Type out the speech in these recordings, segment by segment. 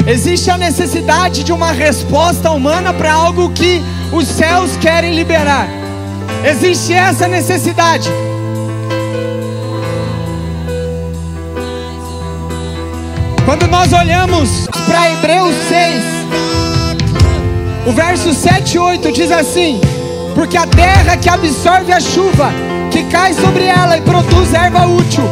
Existe a necessidade de uma resposta humana para algo que os céus querem liberar. Existe essa necessidade. Quando nós olhamos para Hebreus 6, o verso 7 e 8 diz assim: porque a terra que absorve a chuva, que cai sobre ela e produz erva útil,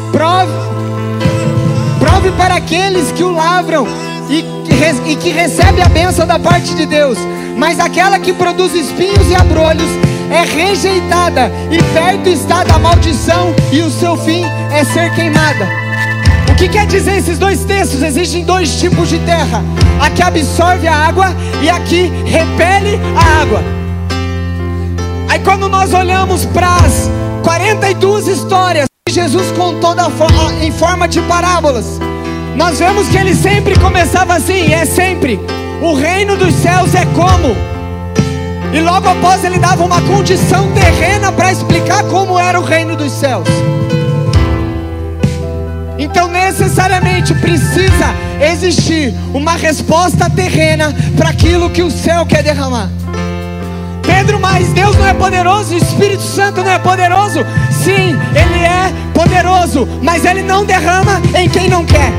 prove para aqueles que o lavram e que recebe a bênção da parte de Deus. Mas aquela que produz espinhos e abrolhos é rejeitada, e perto está da maldição, e o seu fim é ser queimada. O que quer dizer esses dois textos? Existem dois tipos de terra: a que absorve a água e a que repele a água. Aí quando nós olhamos para as 42 histórias que Jesus contou em forma de parábolas, nós vemos que ele sempre começava assim, é sempre: o reino dos céus é como. E logo após ele dava uma condição terrena para explicar como era o reino dos céus. Então necessariamente precisa existir uma resposta terrena para aquilo que o céu quer derramar. Pedro, mas Deus não é poderoso? O Espírito Santo não é poderoso? Sim, Ele é poderoso, mas Ele não derrama em quem não quer.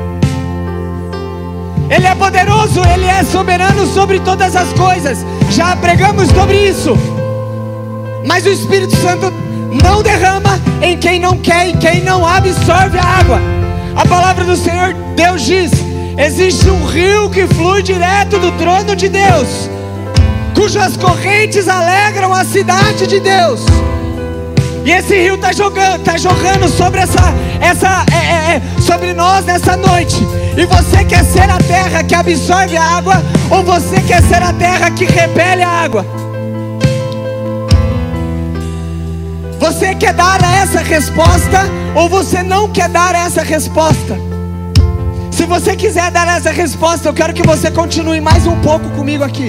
Ele é poderoso, Ele é soberano sobre todas as coisas. Já pregamos sobre isso. Mas o Espírito Santo não derrama em quem não quer, em quem não absorve a água. A palavra do Senhor Deus diz: existe um rio que flui direto do trono de Deus, cujas correntes alegram a cidade de Deus. E esse rio está jogando sobre sobre nós nessa noite. E você quer ser a terra que absorve a água, ou você quer ser a terra que repele a água? Você quer dar essa resposta, ou você não quer dar essa resposta? Se você quiser dar essa resposta, eu quero que você continue mais um pouco comigo aqui.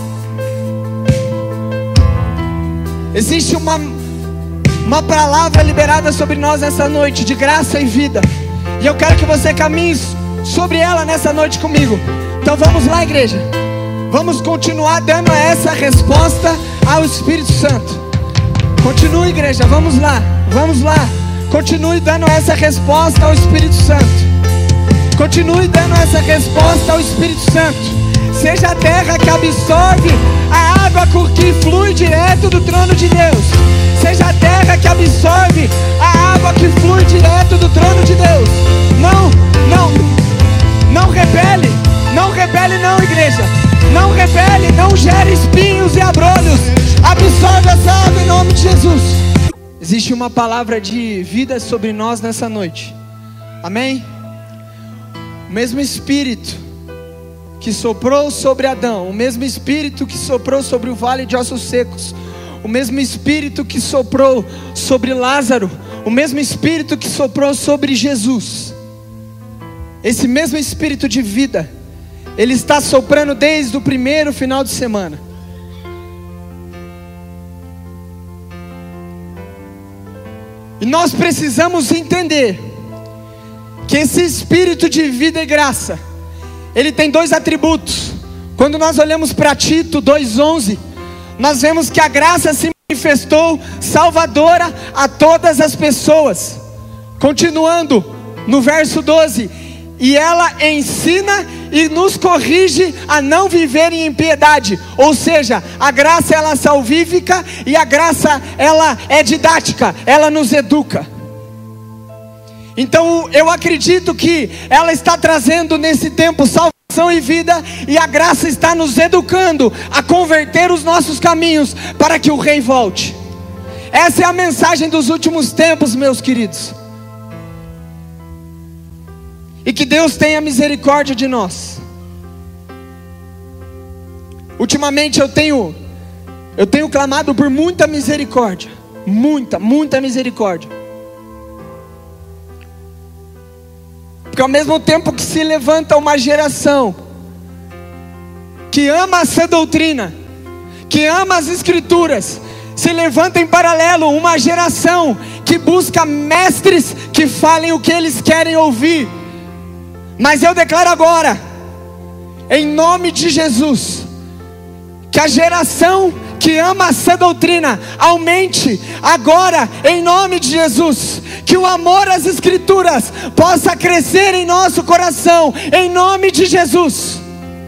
Existe uma palavra liberada sobre nós essa noite, de graça e vida, e eu quero que você caminhe sobre ela nessa noite comigo. Então vamos lá, igreja. Vamos continuar dando essa resposta ao Espírito Santo. Continue, igreja, vamos lá, vamos lá. Continue dando essa resposta ao Espírito Santo. Continue dando essa resposta ao Espírito Santo. Seja a terra que absorve a água que flui direto do trono de Deus. Seja a terra que absorve a água que flui direto do trono de Deus. Não repele. Não repele não, igreja. Não repele, não gere espinhos e abrolhos. Absorve essa água em nome de Jesus. Existe uma palavra de vida sobre nós nessa noite. Amém? O mesmo Espírito que soprou sobre Adão, o mesmo Espírito que soprou sobre o vale de ossos secos, o mesmo Espírito que soprou sobre Lázaro, o mesmo Espírito que soprou sobre Jesus, esse mesmo Espírito de vida, ele está soprando desde o primeiro final de semana. E nós precisamos entender que esse Espírito de vida e graça, ele tem dois atributos. Quando nós olhamos para Tito 2:11, nós vemos que a graça se manifestou salvadora a todas as pessoas. Continuando no verso 12, e ela ensina e nos corrige a não viver em impiedade. Ou seja, a graça ela é salvífica, e a graça ela é didática, ela nos educa. Então eu acredito que ela está trazendo nesse tempo salvação e vida, e a graça está nos educando a converter os nossos caminhos para que o Rei volte. Essa é a mensagem dos últimos tempos, meus queridos. E que Deus tenha misericórdia de nós. Ultimamente eu tenho clamado por muita misericórdia. Muita misericórdia. Porque ao mesmo tempo que se levanta uma geração que ama a sã doutrina, que ama as escrituras, se levanta em paralelo uma geração que busca mestres que falem o que eles querem ouvir. Mas eu declaro agora, em nome de Jesus, que a geração que ama essa doutrina aumente agora, em nome de Jesus. Que o amor às Escrituras possa crescer em nosso coração, em nome de Jesus.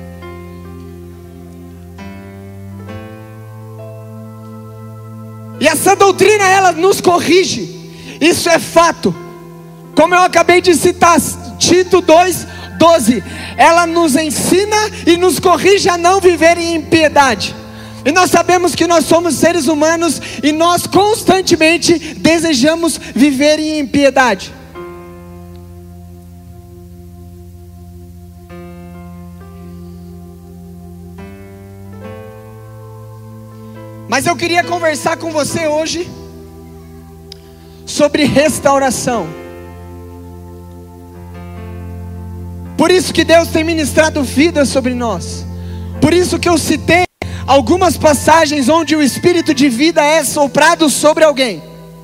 E essa doutrina, ela nos corrige, isso é fato. Como eu acabei de citar, Tito 2:12, ela nos ensina e nos corrige a não viver em impiedade. E nós sabemos que nós somos seres humanos e nós constantemente desejamos viver em impiedade. Mas eu queria conversar com você hoje sobre restauração. Por isso que Deus tem ministrado vida sobre nós. Por isso que eu citei algumas passagens onde o Espírito de vida é soprado sobre alguém.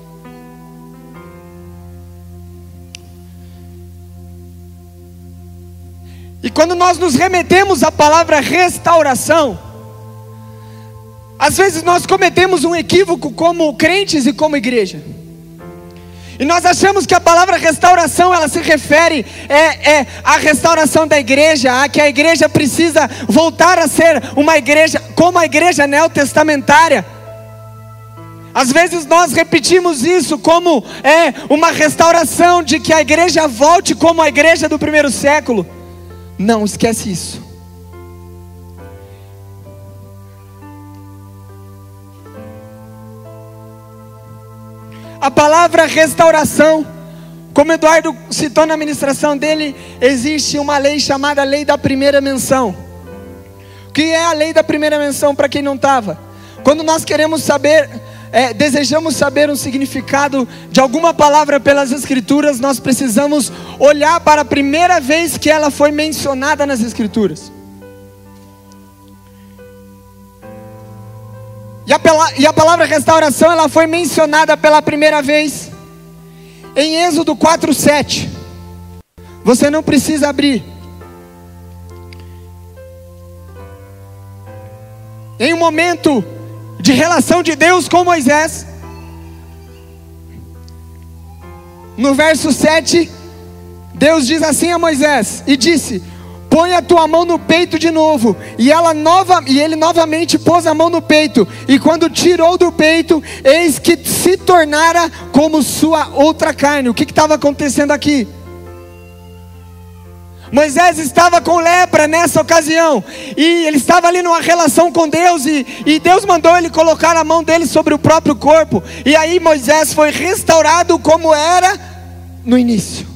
E quando nós nos remetemos à palavra restauração, às vezes nós cometemos um equívoco como crentes e como igreja. E nós achamos que a palavra restauração, ela se refere à restauração da igreja, a que a igreja precisa voltar a ser uma igreja, como a igreja neotestamentária. Às vezes nós repetimos isso como uma restauração de que a igreja volte como a igreja do primeiro século. Não, esquece isso. A palavra restauração, como Eduardo citou na ministração dele, existe uma lei chamada lei da primeira menção. O que é a lei da primeira menção para quem não estava? Quando nós queremos saber, desejamos saber um significado de alguma palavra pelas Escrituras, nós precisamos olhar para a primeira vez que ela foi mencionada nas Escrituras. E a palavra restauração, ela foi mencionada pela primeira vez em Êxodo 4:7. Você não precisa abrir. Em um momento de relação de Deus com Moisés, no verso 7, Deus diz assim a Moisés, e disse: põe a tua mão no peito de novo. E ele novamente pôs a mão no peito. E quando tirou do peito, eis que se tornara como sua outra carne. O que estava acontecendo aqui? Moisés estava com lepra nessa ocasião. E ele estava ali numa relação com Deus. E Deus mandou ele colocar a mão dele sobre o próprio corpo. E aí Moisés foi restaurado como era no início.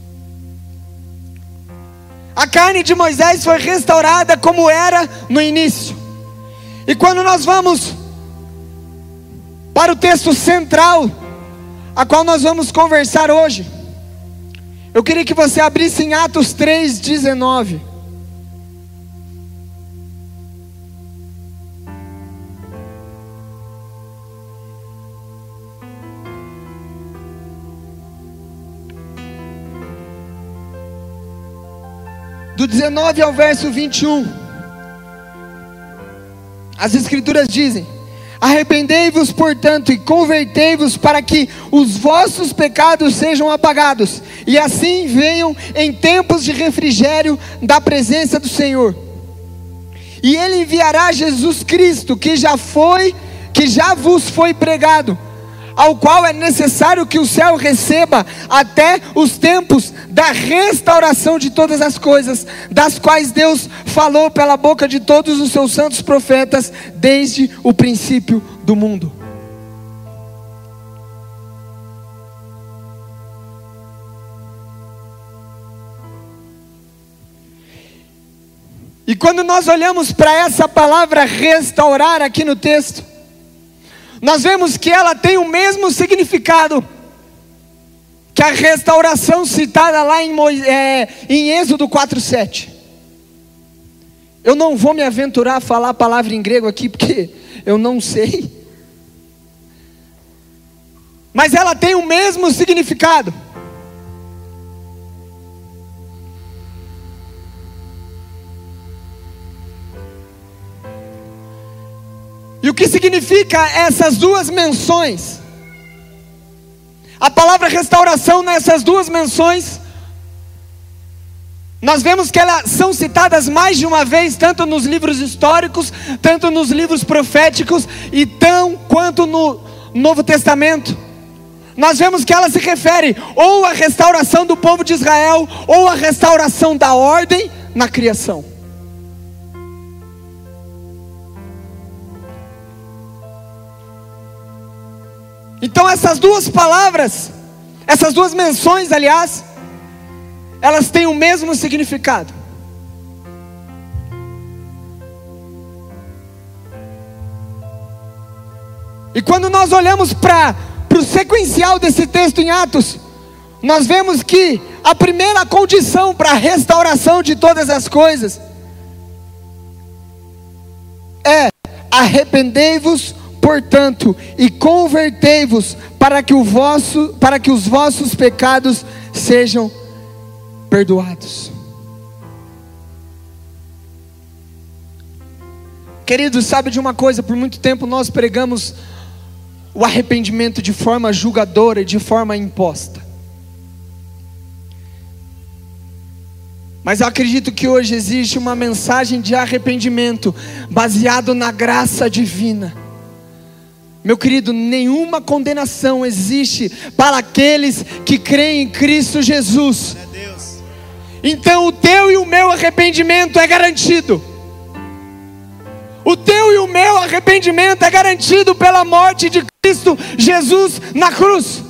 A carne de Moisés foi restaurada como era no início. E quando nós vamos para o texto central, a qual nós vamos conversar hoje, eu queria que você abrisse em Atos 3:19. Do 19 ao verso 21, as Escrituras dizem: arrependei-vos, portanto, e convertei-vos, para que os vossos pecados sejam apagados, e assim venham em tempos de refrigério da presença do Senhor. E Ele enviará Jesus Cristo, que já vos foi pregado, ao qual é necessário que o céu receba até os tempos da restauração de todas as coisas, das quais Deus falou pela boca de todos os seus santos profetas, desde o princípio do mundo. E quando nós olhamos para essa palavra restaurar aqui no texto, nós vemos que ela tem o mesmo significado que a restauração citada lá em Êxodo 4:7. Eu não vou me aventurar a falar a palavra em grego aqui, porque eu não sei. Mas ela tem o mesmo significado. o que significa essas duas menções? A palavra restauração nessas duas menções, nós vemos que elas são citadas mais de uma vez, tanto nos livros históricos, tanto nos livros proféticos, e tão quanto no Novo Testamento. Nós vemos que ela se refere ou à restauração do povo de Israel, ou à restauração da ordem na criação. Então essas duas palavras, essas duas menções, aliás, elas têm o mesmo significado. E quando nós olhamos para o sequencial desse texto em Atos, nós vemos que a primeira condição para a restauração de todas as coisas é: arrependei-vos, portanto, e convertei-vos para que os vossos pecados sejam perdoados. Queridos, sabe de uma coisa? Por muito tempo nós pregamos o arrependimento de forma julgadora e de forma imposta. Mas eu acredito que hoje existe uma mensagem de arrependimento baseado na graça divina. Meu querido, nenhuma condenação existe para aqueles que creem em Cristo Jesus. Então o teu e o meu arrependimento é garantido. O teu e o meu arrependimento é garantido pela morte de Cristo Jesus na cruz.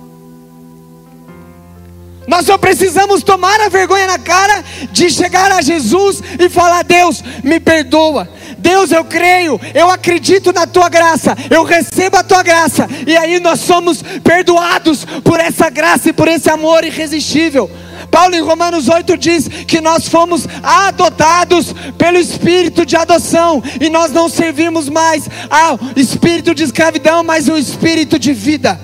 Nós só precisamos tomar a vergonha na cara de chegar a Jesus e falar: Deus, me perdoa. Deus, eu creio, eu acredito na tua graça, eu recebo a tua graça. E aí nós somos perdoados por essa graça e por esse amor irresistível. Paulo em Romanos 8 diz que nós fomos adotados pelo espírito de adoção, e nós não servimos mais ao espírito de escravidão, mas ao espírito de vida.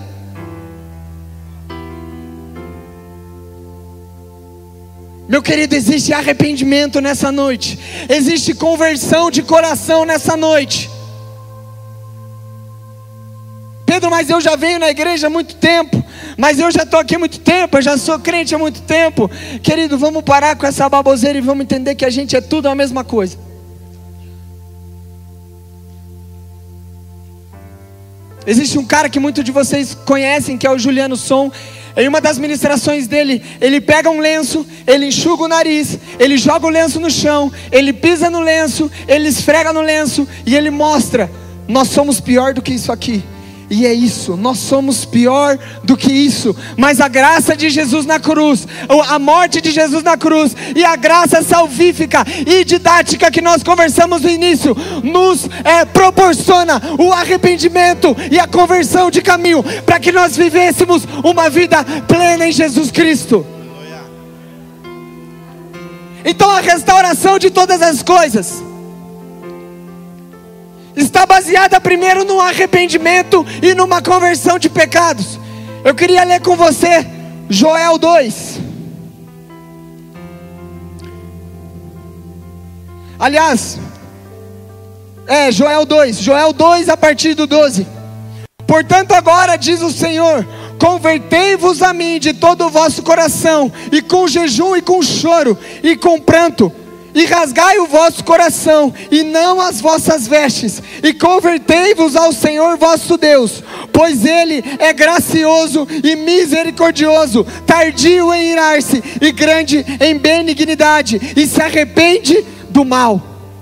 Meu querido, existe arrependimento nessa noite, existe conversão de coração nessa noite. Pedro, mas eu já venho na igreja há muito tempo, mas eu já estou aqui há muito tempo, eu já sou crente há muito tempo. Querido, vamos parar com essa baboseira e vamos entender que a gente é tudo a mesma coisa. Existe um cara que muitos de vocês conhecem, que é o Juliano Som. Em uma das ministrações dele, ele pega um lenço, ele enxuga o nariz, ele joga o lenço no chão, ele pisa no lenço, ele esfrega no lenço e ele mostra: nós somos pior do que isso aqui. E é isso, nós somos pior do que isso. Mas a graça de Jesus na cruz, a morte de Jesus na cruz e a graça salvífica e didática que nós conversamos no início, nos proporciona o arrependimento e a conversão de caminho, para que nós vivêssemos uma vida plena em Jesus Cristo. Então a restauração de todas as coisas está baseada primeiro no arrependimento e numa conversão de pecados. Eu queria ler com você Joel 2. Aliás, Joel 2 a partir do 12. Portanto agora, diz o Senhor, convertei-vos a mim de todo o vosso coração, e com jejum e com choro e com pranto, e rasgai o vosso coração, e não as vossas vestes, e convertei-vos ao Senhor vosso Deus, pois Ele é gracioso e misericordioso, tardio em irar-se e grande em benignidade, e se arrepende do mal.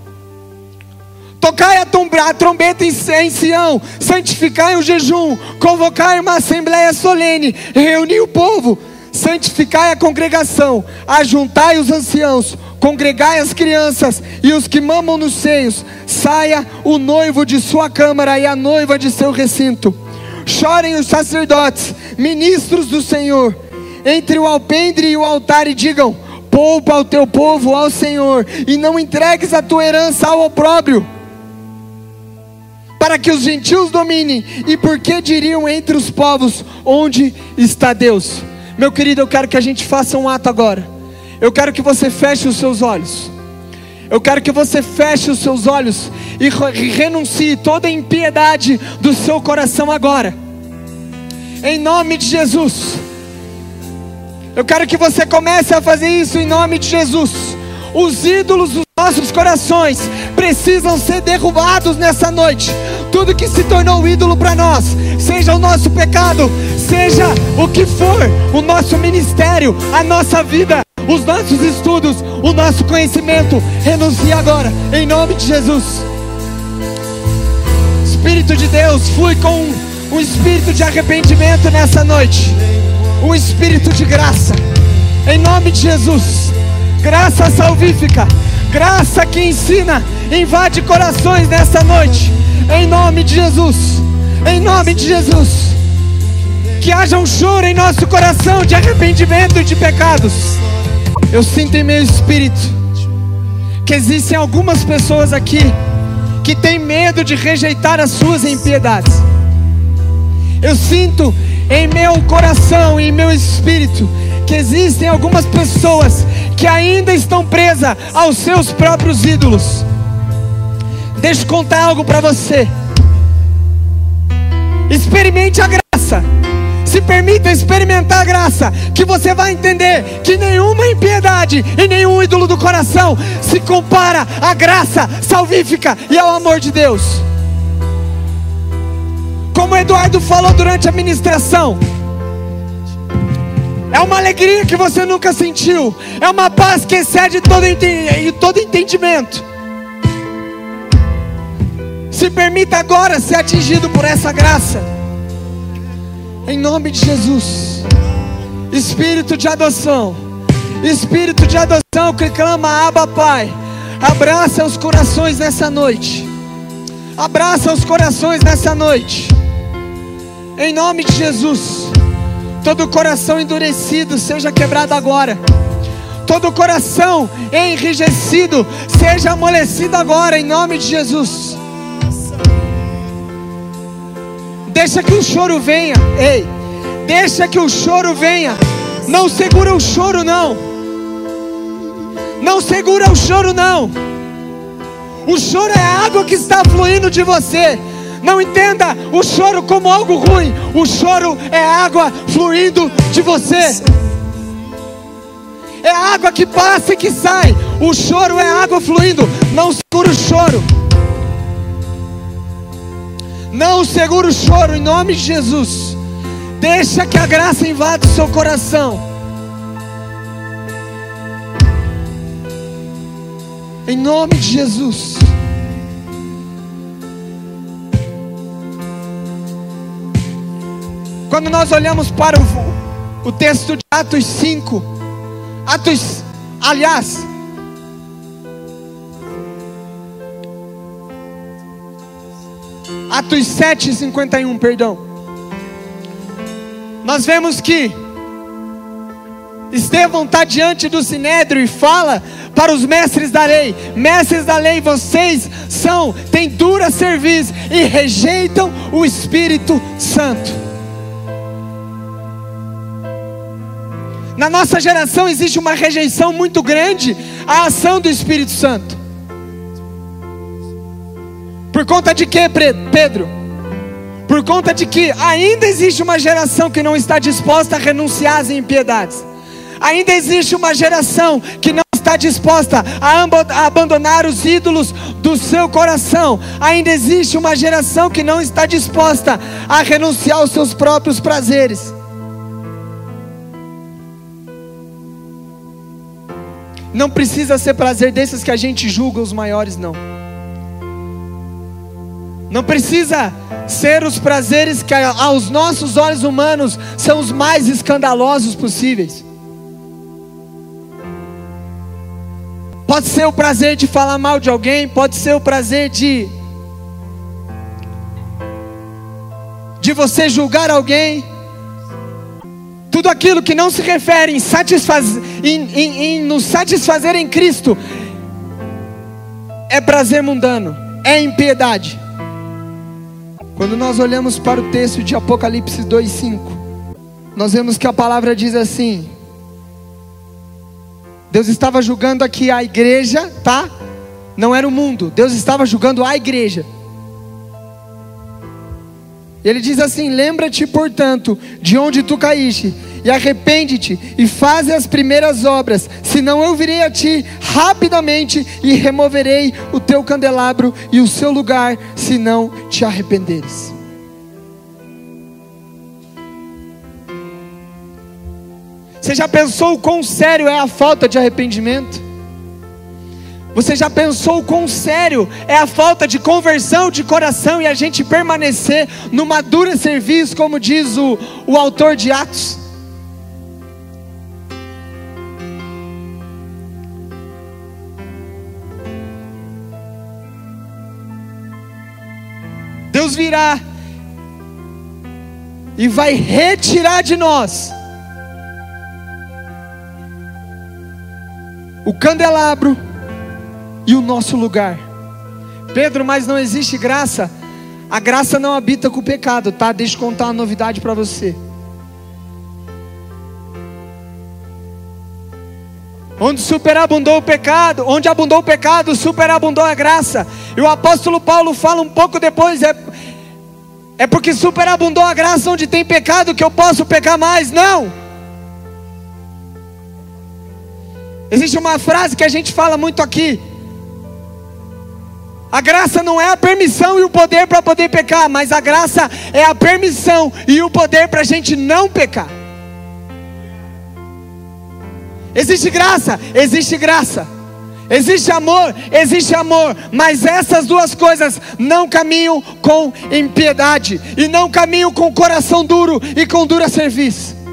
Tocai a trombeta em Sião, santificai o jejum, convocai uma assembleia solene, reuni o povo, santificai a congregação, ajuntai os anciãos, congregai as crianças e os que mamam nos seios. Saia o noivo de sua câmara e a noiva de seu recinto. Chorem os sacerdotes, ministros do Senhor, entre o alpendre e o altar, e digam: poupa o teu povo ao Senhor, e não entregues a tua herança ao opróbrio, para que os gentios dominem. E por que diriam entre os povos: onde está Deus? Meu querido, eu quero que a gente faça um ato agora. Eu quero que você feche os seus olhos. Eu quero que você feche os seus olhos e renuncie toda impiedade do seu coração agora. Em nome de Jesus. Eu quero que você comece a fazer isso em nome de Jesus. Os ídolos dos nossos corações precisam ser derrubados nessa noite. Tudo que se tornou ídolo para nós, seja o nosso pecado, seja o que for, o nosso ministério, a nossa vida, os nossos estudos, o nosso conhecimento, renuncie agora, em nome de Jesus. Espírito de Deus, flui com um espírito de arrependimento nessa noite, um espírito de graça, em nome de Jesus. Graça salvífica, graça que ensina, invade corações nessa noite, em nome de Jesus, em nome de Jesus. Que haja um choro em nosso coração de arrependimento e de pecados. Eu sinto em meu espírito que existem algumas pessoas aqui que têm medo de rejeitar as suas impiedades. Eu sinto em meu coração e em meu espírito que existem algumas pessoas que ainda estão presas aos seus próprios ídolos. Deixa eu contar algo para você. Experimente a graça. Se permita experimentar a graça, que você vai entender que nenhuma impiedade e nenhum ídolo do coração se compara à graça salvífica e ao amor de Deus. Como o Eduardo falou durante a ministração, é uma alegria que você nunca sentiu, é uma paz que excede todo entendimento. Se permita agora ser atingido por essa graça, em nome de Jesus. Espírito de adoção que clama, Abba Pai, abraça os corações nessa noite, abraça os corações nessa noite, em nome de Jesus. Todo coração endurecido seja quebrado agora. Todo coração enrijecido seja amolecido agora, em nome de Jesus. Deixa que o choro venha. Ei, deixa que o choro venha. Não segura o choro não. Não segura o choro não. O choro é a água que está fluindo de você. Não entenda o choro como algo ruim. O choro é água fluindo de você. É a água que passa e que sai. O choro é água fluindo. Não segura o choro. Não segura o choro, em nome de Jesus. Deixa que a graça invada o seu coração. Em nome de Jesus. Quando nós olhamos para o texto de Atos 5, Atos 7:51, perdão. Nós vemos que Estevão está diante do sinédrio e fala para os mestres da lei: mestres da lei, vocês têm dura cerviz e rejeitam o Espírito Santo. Na nossa geração existe uma rejeição muito grande à ação do Espírito Santo. Por conta de quê, Pedro? Por conta de que ainda existe uma geração que não está disposta a renunciar às impiedades. Ainda existe uma geração que não está disposta a abandonar os ídolos do seu coração. Ainda existe uma geração que não está disposta a renunciar aos seus próprios prazeres. Não precisa ser prazer desses que a gente julga os maiores, não. Não precisa ser os prazeres que aos nossos olhos humanos são os mais escandalosos possíveis. Pode ser o prazer de falar mal de alguém, pode ser o prazer de você julgar alguém. Tudo aquilo que não se refere em nos satisfazer em Cristo é prazer mundano, é impiedade. Quando nós olhamos para o texto de Apocalipse 2:5, nós vemos que a palavra diz assim: Deus estava julgando aqui a igreja, tá? não era o mundo, Deus estava julgando a igreja. Ele diz assim: lembra-te, portanto, de onde tu caíste, e arrepende-te, e faze as primeiras obras, senão eu virei a ti rapidamente, e removerei o teu candelabro e o seu lugar, se não te arrependeres. Você já pensou o quão sério é a falta de arrependimento? Você já pensou o quão sério é a falta de conversão de coração e a gente permanecer numa dura serviço, como diz o autor de Atos? Deus virá e vai retirar de nós o candelabro e o nosso lugar. Pedro, mas não existe graça? A graça não habita com o pecado, tá? Deixa eu contar uma novidade para você. Onde superabundou o pecado, onde abundou o pecado, superabundou a graça. E o apóstolo Paulo fala um pouco depois, é porque superabundou a graça onde tem pecado que eu posso pecar mais. Não! Existe uma frase que a gente fala muito aqui: a graça não é a permissão e o poder para poder pecar, mas a graça é a permissão e o poder para a gente não pecar. Existe graça, existe graça. Existe amor, mas essas duas coisas não caminham com impiedade, e não caminham com coração duro e com dura serviço.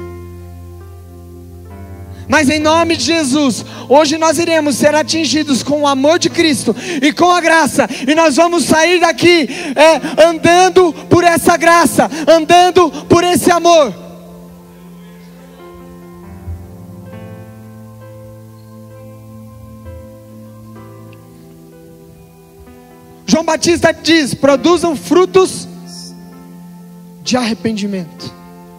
Mas em nome de Jesus, hoje nós iremos ser atingidos com o amor de Cristo e com a graça, e nós vamos sair daqui andando por essa graça, andando por esse amor. João Batista diz: produzam frutos de arrependimento.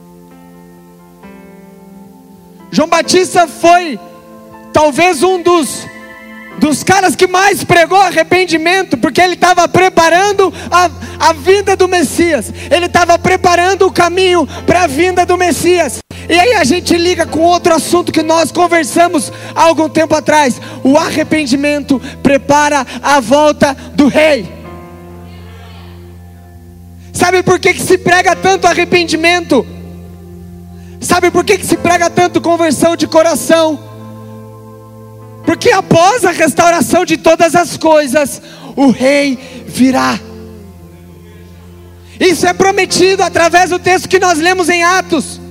João Batista foi talvez um dos caras que mais pregou arrependimento, porque ele estava preparando a vinda do Messias, ele estava preparando o caminho para a vinda do Messias. E aí a gente liga com outro assunto que nós conversamos há algum tempo atrás: o arrependimento prepara a volta do Rei. Sabe por que se prega tanto arrependimento? Sabe por que se prega tanto conversão de coração? Porque após a restauração de todas as coisas, o Rei virá. Isso é prometido através do texto que nós lemos em Atos.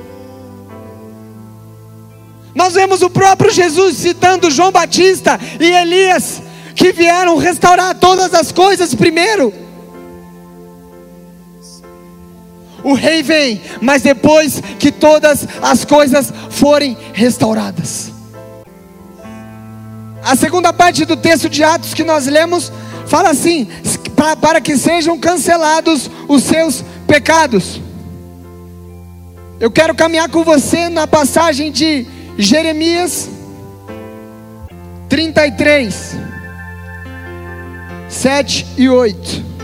Nós vemos o próprio Jesus citando João Batista e Elias, que vieram restaurar todas as coisas primeiro. O Rei vem, mas depois que todas as coisas forem restauradas. A segunda parte do texto de Atos que nós lemos fala assim: para que sejam cancelados os seus pecados. Eu quero caminhar com você na passagem de Jeremias 33, 7 e 8.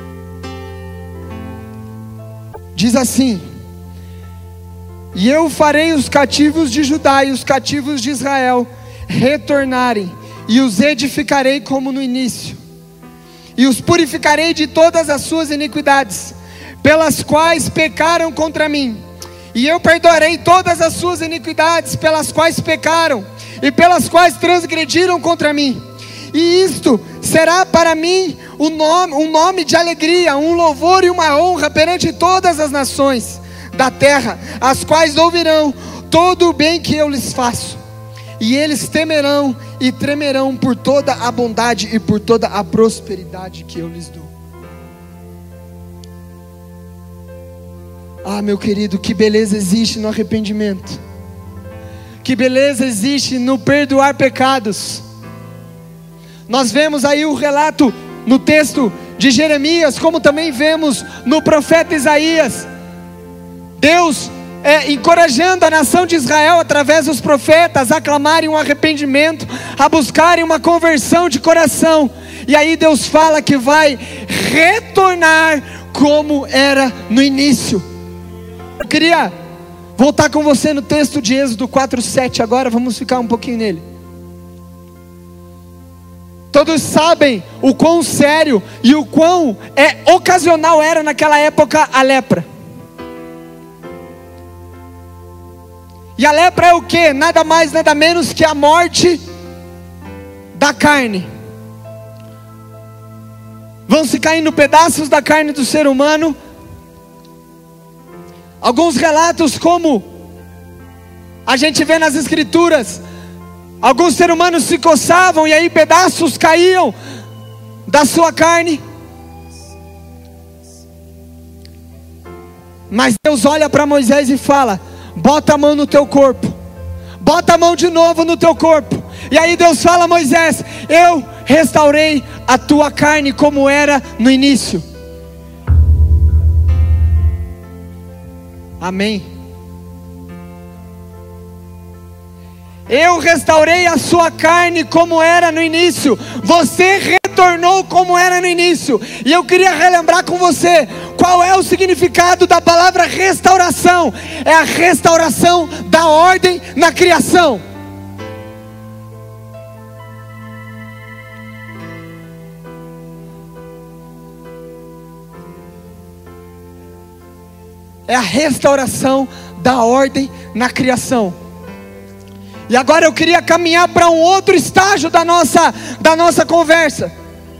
Diz assim: e eu farei os cativos de Judá e os cativos de Israel retornarem, e os edificarei como no início, e os purificarei de todas as suas iniquidades, pelas quais pecaram contra mim, e eu perdoarei todas as suas iniquidades, pelas quais pecaram, e pelas quais transgrediram contra mim. E isto será para mim um nome de alegria, um louvor e uma honra perante todas as nações da terra, as quais ouvirão todo o bem que eu lhes faço, e eles temerão e tremerão por toda a bondade e por toda a prosperidade que eu lhes dou. Ah, meu querido, que beleza existe no arrependimento, que beleza existe no perdoar pecados. Nós vemos aí o relato no texto de Jeremias, como também vemos no profeta Isaías, Deus encorajando a nação de Israel através dos profetas a clamarem um arrependimento, a buscarem uma conversão de coração. E aí Deus fala que vai retornar como era no início. Eu queria voltar com você no texto de Êxodo 4:7 agora, vamos ficar um pouquinho nele. Todos sabem o quão sério e o quão ocasional era naquela época a lepra. E a lepra é o que? Nada mais, nada menos que a morte da carne. Vão se caindo pedaços da carne do ser humano. Alguns relatos, como a gente vê nas escrituras, alguns seres humanos se coçavam e aí pedaços caíam da sua carne. Mas Deus olha para Moisés e fala: bota a mão no teu corpo, bota a mão de novo no teu corpo. E aí Deus fala a Moisés: eu restaurei a tua carne como era no início. Amém. Eu restaurei a sua carne como era no início. Você retornou como era no início. E eu queria relembrar com você qual é o significado da palavra restauração. É a restauração da ordem na criação. É a restauração da ordem na criação. E agora eu queria caminhar para um outro estágio da nossa conversa.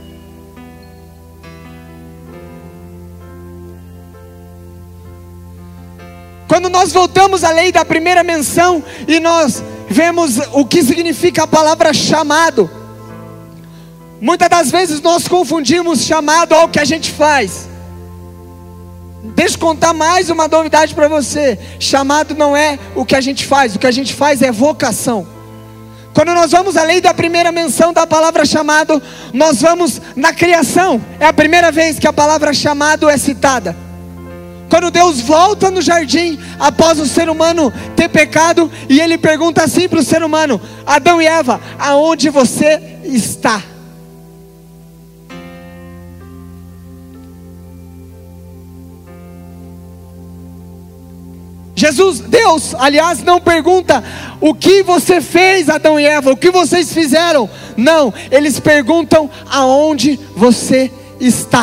Quando nós voltamos à lei da primeira menção e nós vemos o que significa a palavra chamado, muitas das vezes nós confundimos chamado ao que a gente faz. Deixa eu contar mais uma novidade para você. Chamado não é o que a gente faz. O que a gente faz é vocação. Quando nós vamos à lei da primeira menção da palavra chamado, nós vamos na criação. É a primeira vez que a palavra chamado é citada. Quando Deus volta no jardim após o ser humano ter pecado, e Ele pergunta assim para o ser humano: Adão e Eva, aonde você está? Deus, aliás, não pergunta o que você fez, Adão e Eva, o que vocês fizeram. Não, eles perguntam aonde você está.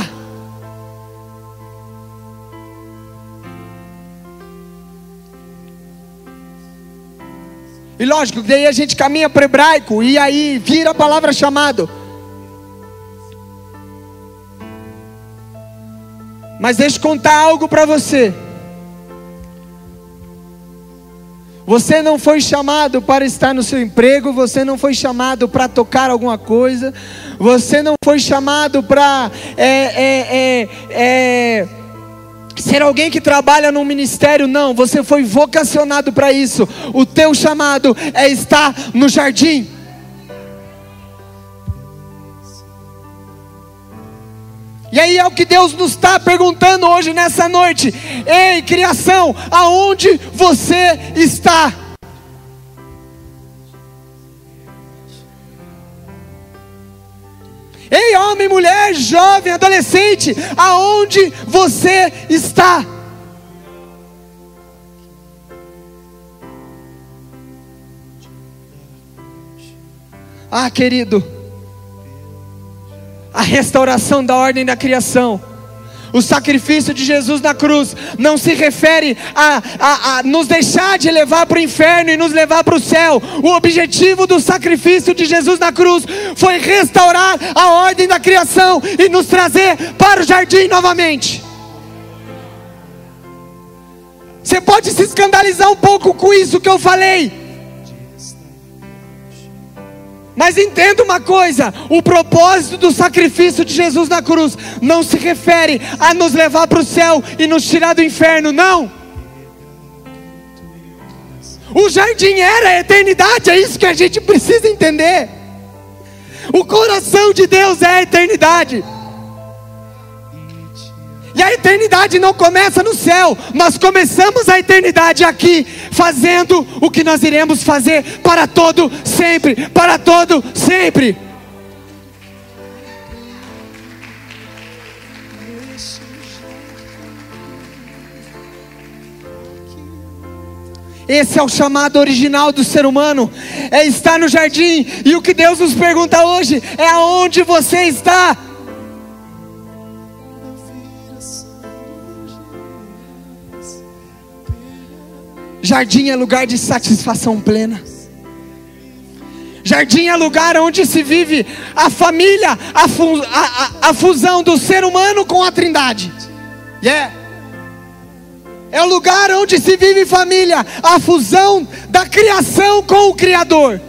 E lógico, daí a gente caminha para o hebraico e aí vira a palavra chamado. Mas deixa eu contar algo para você. Você não foi chamado para estar no seu emprego, você não foi chamado para tocar alguma coisa, você não foi chamado para ser alguém que trabalha num ministério, não, você foi vocacionado para isso. O teu chamado é estar no jardim. E aí é o que Deus nos está perguntando hoje nessa noite. Ei, criação, aonde você está? Ei, homem, mulher, jovem, adolescente, aonde você está? Ah, querido, a restauração da ordem da criação, o sacrifício de Jesus na cruz, não se refere a nos deixar de levar para o inferno e nos levar para o céu. O objetivo do sacrifício de Jesus na cruz foi restaurar a ordem da criação e nos trazer para o jardim novamente. Você pode se escandalizar um pouco com isso que eu falei, mas entenda uma coisa: o propósito do sacrifício de Jesus na cruz não se refere a nos levar para o céu e nos tirar do inferno, não. O jardim era a eternidade, é isso que a gente precisa entender. O coração de Deus é a eternidade. E a eternidade não começa no céu. Nós começamos a eternidade aqui, fazendo o que nós iremos fazer para todo sempre. Para todo sempre. Esse é o chamado original do ser humano, é estar no jardim. E o que Deus nos pergunta hoje é: aonde você está? Jardim é lugar de satisfação plena. Jardim é lugar onde se vive a família, a fusão do ser humano com a Trindade. É o lugar onde se vive família, a fusão da criação com o Criador.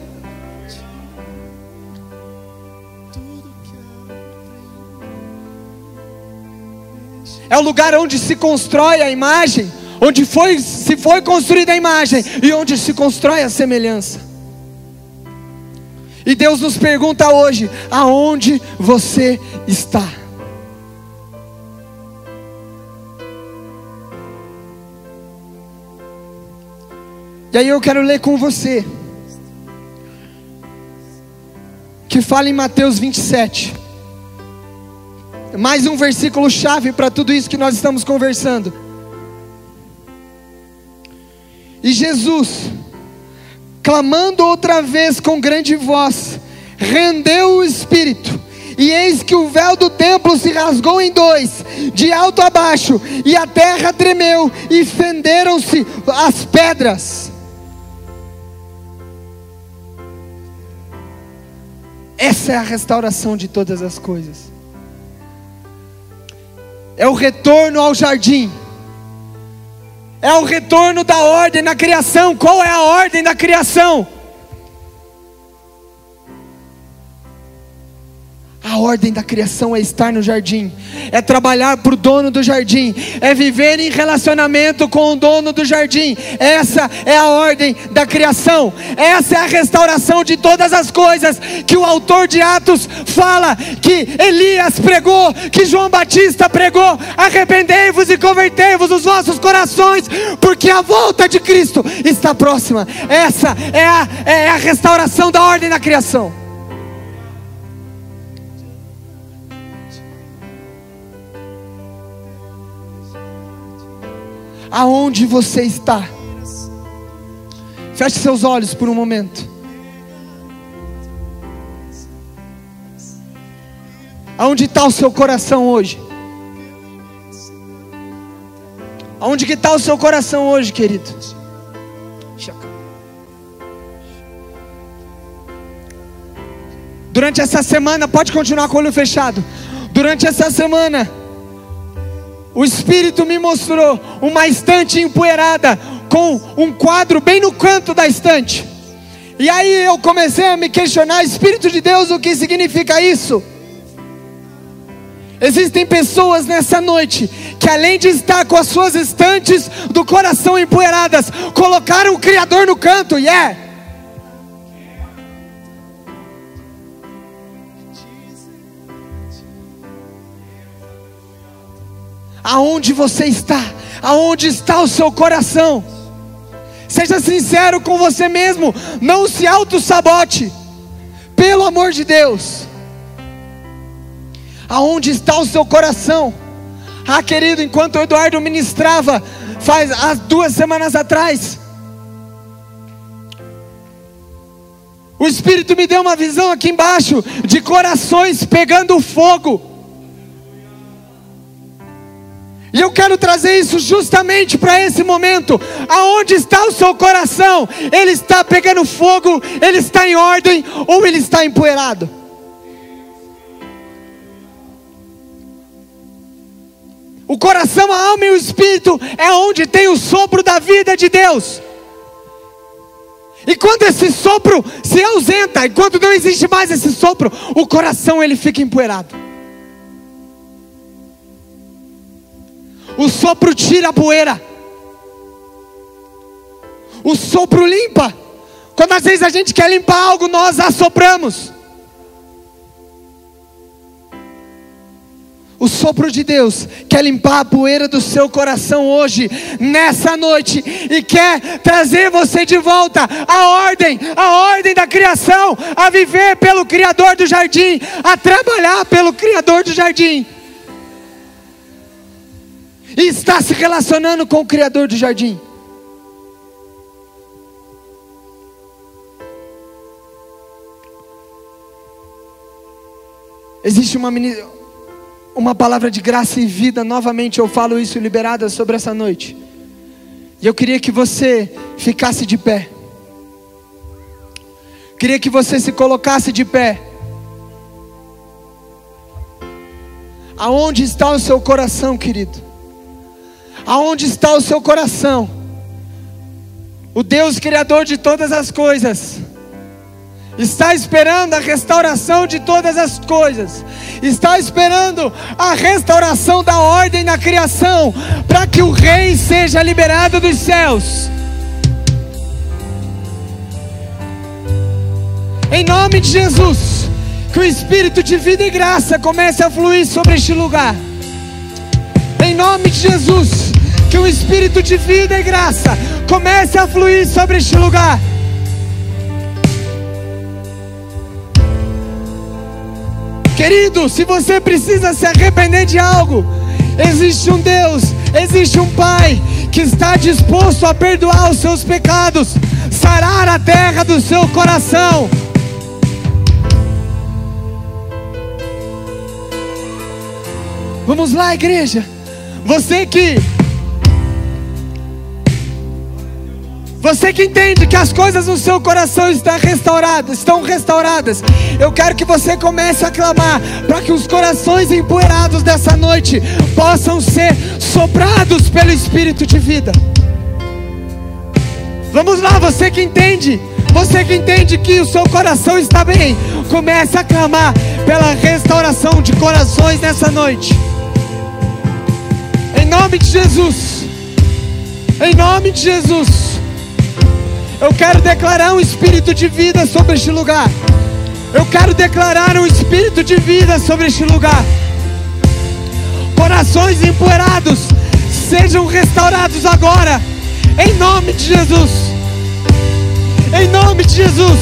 É o lugar onde se constrói a imagem, onde se foi construída a imagem e onde se constrói a semelhança. E Deus nos pergunta hoje: aonde você está? E aí eu quero ler com você, que fala em Mateus 27. Mais um versículo chave para tudo isso que nós estamos conversando. E Jesus, clamando outra vez com grande voz, rendeu o espírito. E eis que o véu do templo se rasgou em dois, de alto a baixo, e a terra tremeu, e fenderam-se as pedras. Essa é a restauração de todas as coisas. É o retorno ao jardim. É o retorno da ordem na criação. Qual é a ordem da criação? A ordem da criação é estar no jardim, é trabalhar para o dono do jardim, é viver em relacionamento com o dono do jardim. Essa é a ordem da criação. Essa é a restauração de todas as coisas que o autor de Atos fala, que Elias pregou, que João Batista pregou: arrependei-vos e convertei-vos os vossos corações, porque a volta de Cristo está próxima. Essa é a restauração da ordem da criação. Aonde você está? Feche seus olhos por um momento. Aonde está o seu coração hoje? Aonde que está o seu coração hoje, querido? Durante essa semana, pode continuar com o olho fechado. Durante essa semana, o Espírito me mostrou uma estante empoeirada, com um quadro bem no canto da estante. E aí eu comecei a me questionar: Espírito de Deus, o que significa isso? Existem pessoas nessa noite que, além de estar com as suas estantes do coração empoeiradas, colocaram o Criador no canto. Aonde você está? Aonde está o seu coração? Seja sincero com você mesmo. Não se auto-sabote. Pelo amor de Deus. Aonde está o seu coração? Querido, enquanto o Eduardo ministrava há 2 semanas atrás, o Espírito me deu uma visão aqui embaixo de corações pegando fogo. E eu quero trazer isso justamente para esse momento. Aonde está o seu coração? Ele está pegando fogo, ele está em ordem, ou ele está empoeirado? O coração, a alma e o espírito é onde tem o sopro da vida de Deus. E quando esse sopro se ausenta, e quando não existe mais esse sopro, o coração ele fica empoeirado. O sopro tira a poeira. O sopro limpa. Quando às vezes a gente quer limpar algo, nós assopramos. O sopro de Deus quer limpar a poeira do seu coração hoje, nessa noite, e quer trazer você de volta à ordem da criação, a viver pelo Criador do jardim, a trabalhar pelo Criador do jardim. E está se relacionando com o Criador do jardim. Existe uma palavra de graça e vida, novamente eu falo isso, liberada sobre essa noite. E eu queria que você ficasse de pé. Queria que você se colocasse de pé. Aonde está o seu coração, querido? Aonde está o seu coração? O Deus Criador de todas as coisas está esperando a restauração de todas as coisas, está esperando a restauração da ordem na criação, para que o Rei seja liberado dos céus. Em nome de Jesus, que o Espírito de vida e graça comece a fluir sobre este lugar. Em nome de Jesus, que o Espírito de vida e graça comece a fluir sobre este lugar. Querido, se você precisa se arrepender de algo, existe um Deus, existe um Pai que está disposto a perdoar os seus pecados, sarar a terra do seu coração. Vamos lá, igreja. Você que entende que as coisas no seu coração estão restauradas, eu quero que você comece a clamar para que os corações empoeirados dessa noite possam ser soprados pelo Espírito de vida. Vamos lá, você que entende que o seu coração está bem, comece a clamar pela restauração de corações nessa noite. Em nome de Jesus, em nome de Jesus, eu quero declarar um espírito de vida sobre este lugar. Eu quero declarar um espírito de vida sobre este lugar. Corações empoeirados sejam restaurados agora, em nome de Jesus. Em nome de Jesus.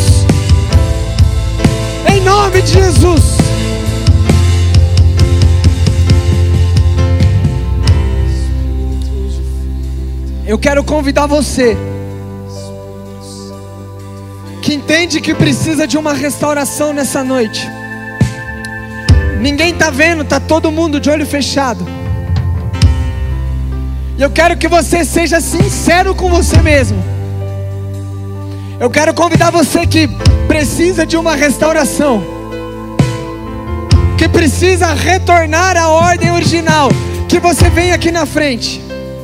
Em nome de Jesus. Eu quero convidar você que entende que precisa de uma restauração nessa noite. Ninguém está vendo, está todo mundo de olho fechado. E eu quero que você seja sincero com você mesmo. Eu quero convidar você que precisa de uma restauração, que precisa retornar à ordem original, que você venha aqui na frente.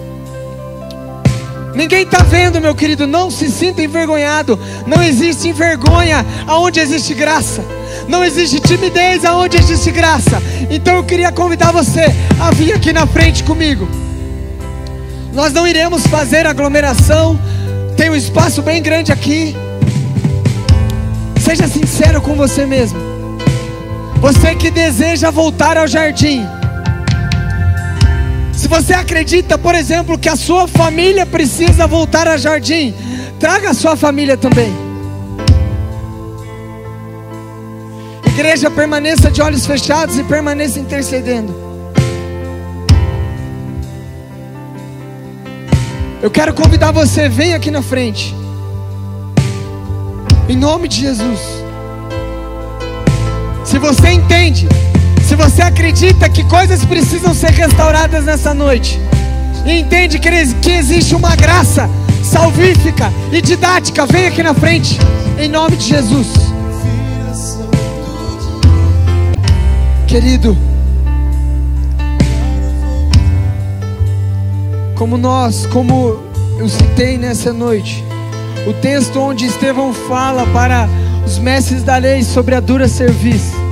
Ninguém está vendo, meu querido, não se sinta envergonhado. Não existe vergonha aonde existe graça. Não existe timidez aonde existe graça. Então eu queria convidar você a vir aqui na frente comigo. Nós não iremos fazer aglomeração. Tem um espaço bem grande aqui. Seja sincero com você mesmo. Você que deseja voltar ao jardim. Se você acredita, por exemplo, que a sua família precisa voltar ao jardim, traga a sua família também. Igreja, permaneça de olhos fechados e permaneça intercedendo. Eu quero convidar você, vem aqui na frente. Em nome de Jesus. Se você entende, se você acredita que coisas precisam ser restauradas nessa noite, e entende que existe uma graça salvífica e didática, vem aqui na frente, em nome de Jesus. Querido, como eu citei nessa noite, o texto onde Estevão fala para os mestres da lei sobre a dura serviço.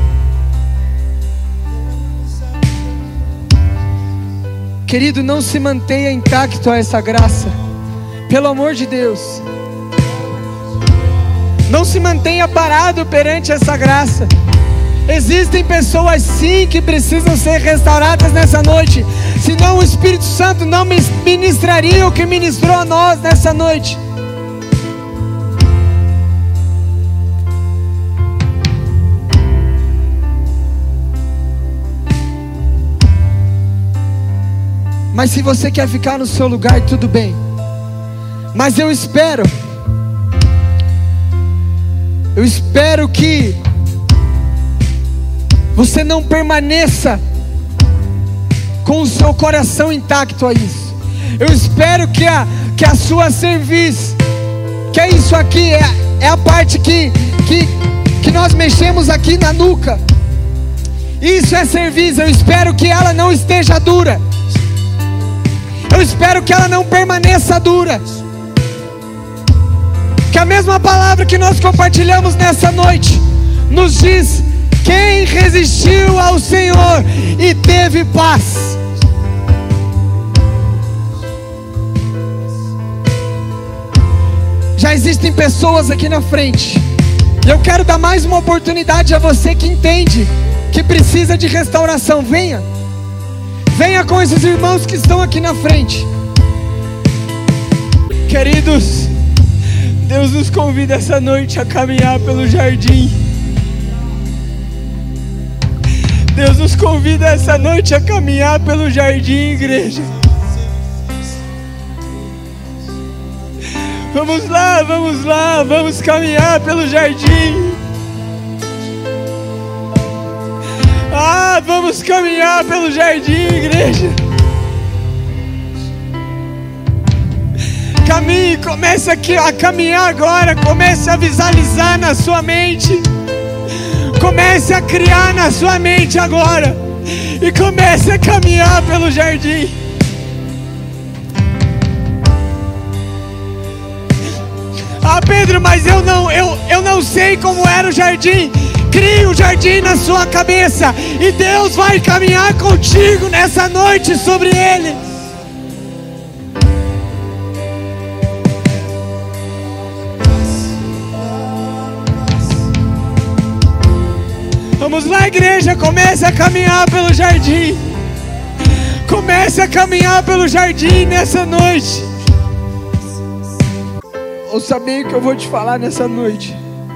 Querido, não se mantenha intacto a essa graça, pelo amor de Deus. Não se mantenha parado perante essa graça. Existem pessoas sim que precisam ser restauradas nessa noite. Senão o Espírito Santo não ministraria o que ministrou a nós nessa noite. Mas se você quer ficar no seu lugar, tudo bem. Mas eu espero que você não permaneça com o seu coração intacto a isso. Eu espero que a sua cerviz, que é isso aqui, é a parte que nós mexemos aqui na nuca. Isso é cerviz. Eu espero que ela não esteja dura. Eu espero que ela não permaneça dura. Que a mesma palavra que nós compartilhamos nessa noite nos diz: quem resistiu ao Senhor e teve paz. Já existem pessoas aqui na frente. E eu quero dar mais uma oportunidade a você que entende que precisa de restauração. Venha. Venha com esses irmãos que estão aqui na frente. Queridos, Deus nos convida essa noite a caminhar pelo jardim. Deus nos convida essa noite a caminhar pelo jardim, igreja. Vamos lá, vamos caminhar pelo jardim. Vamos caminhar pelo jardim, igreja. Caminhe, comece aqui a caminhar agora. Comece a visualizar na sua mente. Comece a criar na sua mente agora. E comece a caminhar pelo jardim. Pedro, mas eu não sei como era o jardim. Crie um jardim na sua cabeça e Deus vai caminhar contigo nessa noite sobre ele. Vamos lá, igreja, comece a caminhar pelo jardim. Comece a caminhar pelo jardim nessa noite. Ouça bem o que eu vou te falar nessa noite.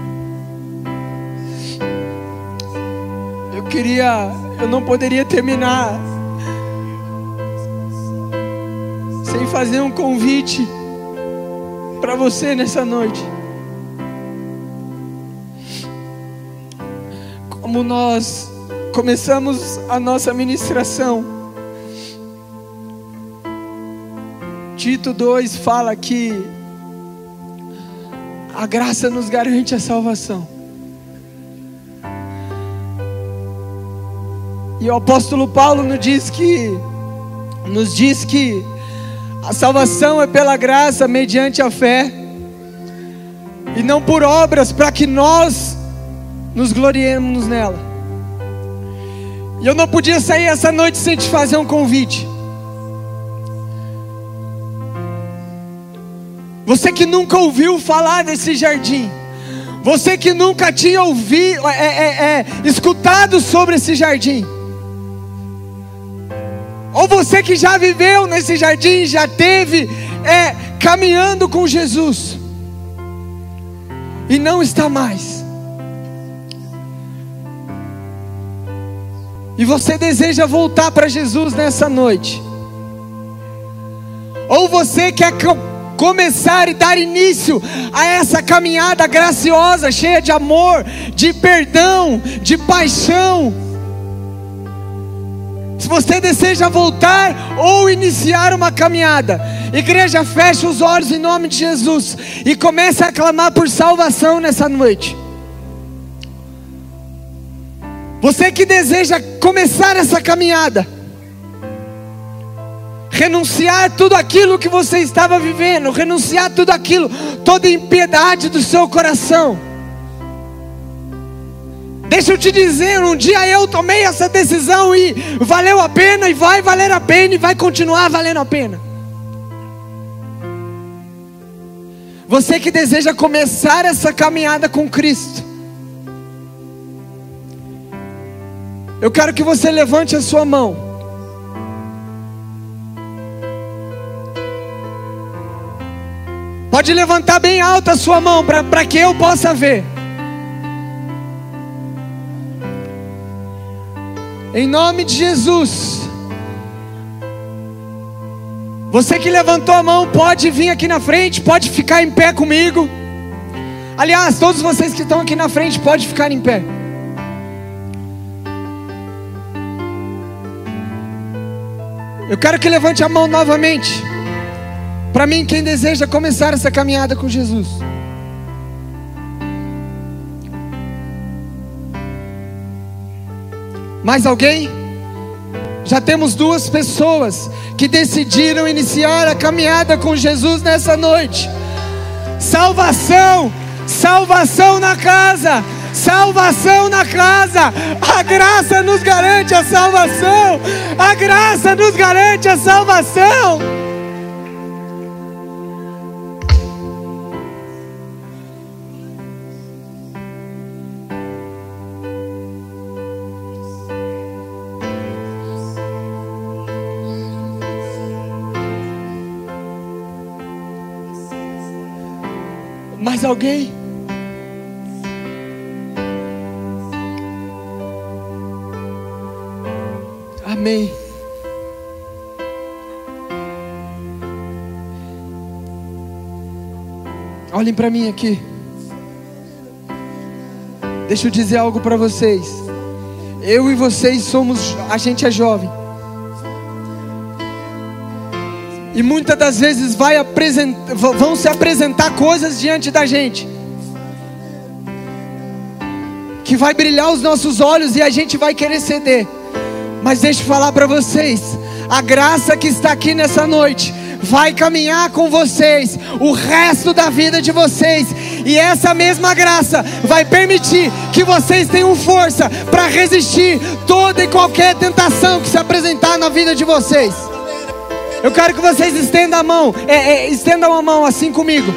Eu não poderia terminar sem fazer um convite para você nessa noite. Como nós começamos a nossa ministração, Tito 2 fala que a graça nos garante a salvação. E o apóstolo Paulo nos diz que a salvação é pela graça, mediante a fé, e não por obras, para que nós nos gloriemos nela. E eu não podia sair essa noite sem te fazer um convite. Você que nunca ouviu falar desse jardim, você que nunca tinha escutado sobre esse jardim, ou você que já viveu nesse jardim, já teve caminhando com Jesus e não está mais, e você deseja voltar para Jesus nessa noite, ou você quer começar e dar início a essa caminhada graciosa, cheia de amor, de perdão, de paixão. Se você deseja voltar ou iniciar uma caminhada, igreja, feche os olhos em nome de Jesus e comece a clamar por salvação nessa noite. Você que deseja começar essa caminhada, renunciar tudo aquilo que você estava vivendo, renunciar tudo aquilo, toda impiedade do seu coração. Deixa eu te dizer, um dia eu tomei essa decisão e valeu a pena, e vai valer a pena, e vai continuar valendo a pena. Você que deseja começar essa caminhada com Cristo, Eu quero que você levante a sua mão. Pode levantar bem alta a sua mão para que eu possa ver. Em nome de Jesus. Você que levantou a mão pode vir aqui na frente, pode ficar em pé comigo. Aliás, todos vocês que estão aqui na frente podem ficar em pé. Eu quero que levante a mão novamente. Para mim, quem deseja começar essa caminhada com Jesus. Mais alguém? Já temos 2 pessoas que decidiram iniciar a caminhada com Jesus nessa noite. Salvação, salvação na casa, salvação na casa. A graça nos garante a salvação. A graça nos garante a salvação. Mais alguém? Amém. Olhem para mim aqui. Deixa eu dizer algo para vocês. Eu e vocês a gente é jovem. E muitas das vezes vão se apresentar coisas diante da gente que vai brilhar os nossos olhos e a gente vai querer ceder. Mas deixa eu falar para vocês, a graça que está aqui nessa noite vai caminhar com vocês o resto da vida de vocês. E essa mesma graça vai permitir que vocês tenham força para resistir toda e qualquer tentação que se apresentar na vida de vocês. Eu quero que vocês estendam a mão, estendam a mão assim comigo.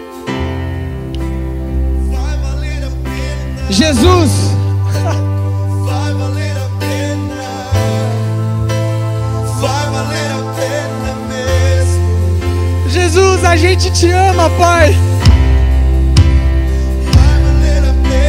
Jesus, vai valer a pena, vai valer a pena mesmo. Jesus, a gente te ama, Pai. Vai valer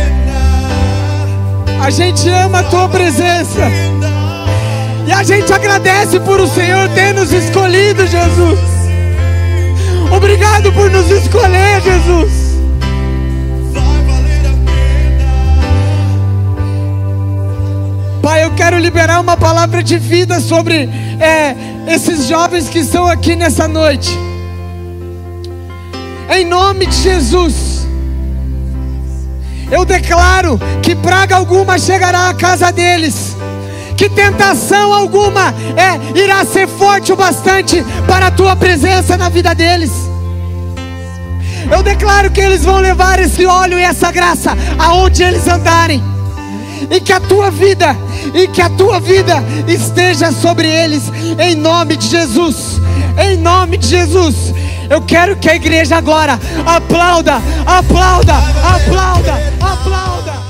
a pena, A gente ama a Tua presença. E a gente agradece por o Senhor ter nos escolhido, Jesus. Obrigado por nos escolher, Jesus. vai valer a pena. Pai, eu quero liberar uma palavra de vida sobre esses jovens que estão aqui nessa noite. Em nome de Jesus, eu declaro que praga alguma chegará à casa deles, que tentação alguma irá ser forte o bastante para a Tua presença na vida deles. Eu declaro que eles vão levar esse óleo e essa graça aonde eles andarem, e que a Tua vida esteja sobre eles, em nome de Jesus. Em nome de Jesus. Eu quero que a igreja agora aplauda, aplauda, aplauda, aplauda.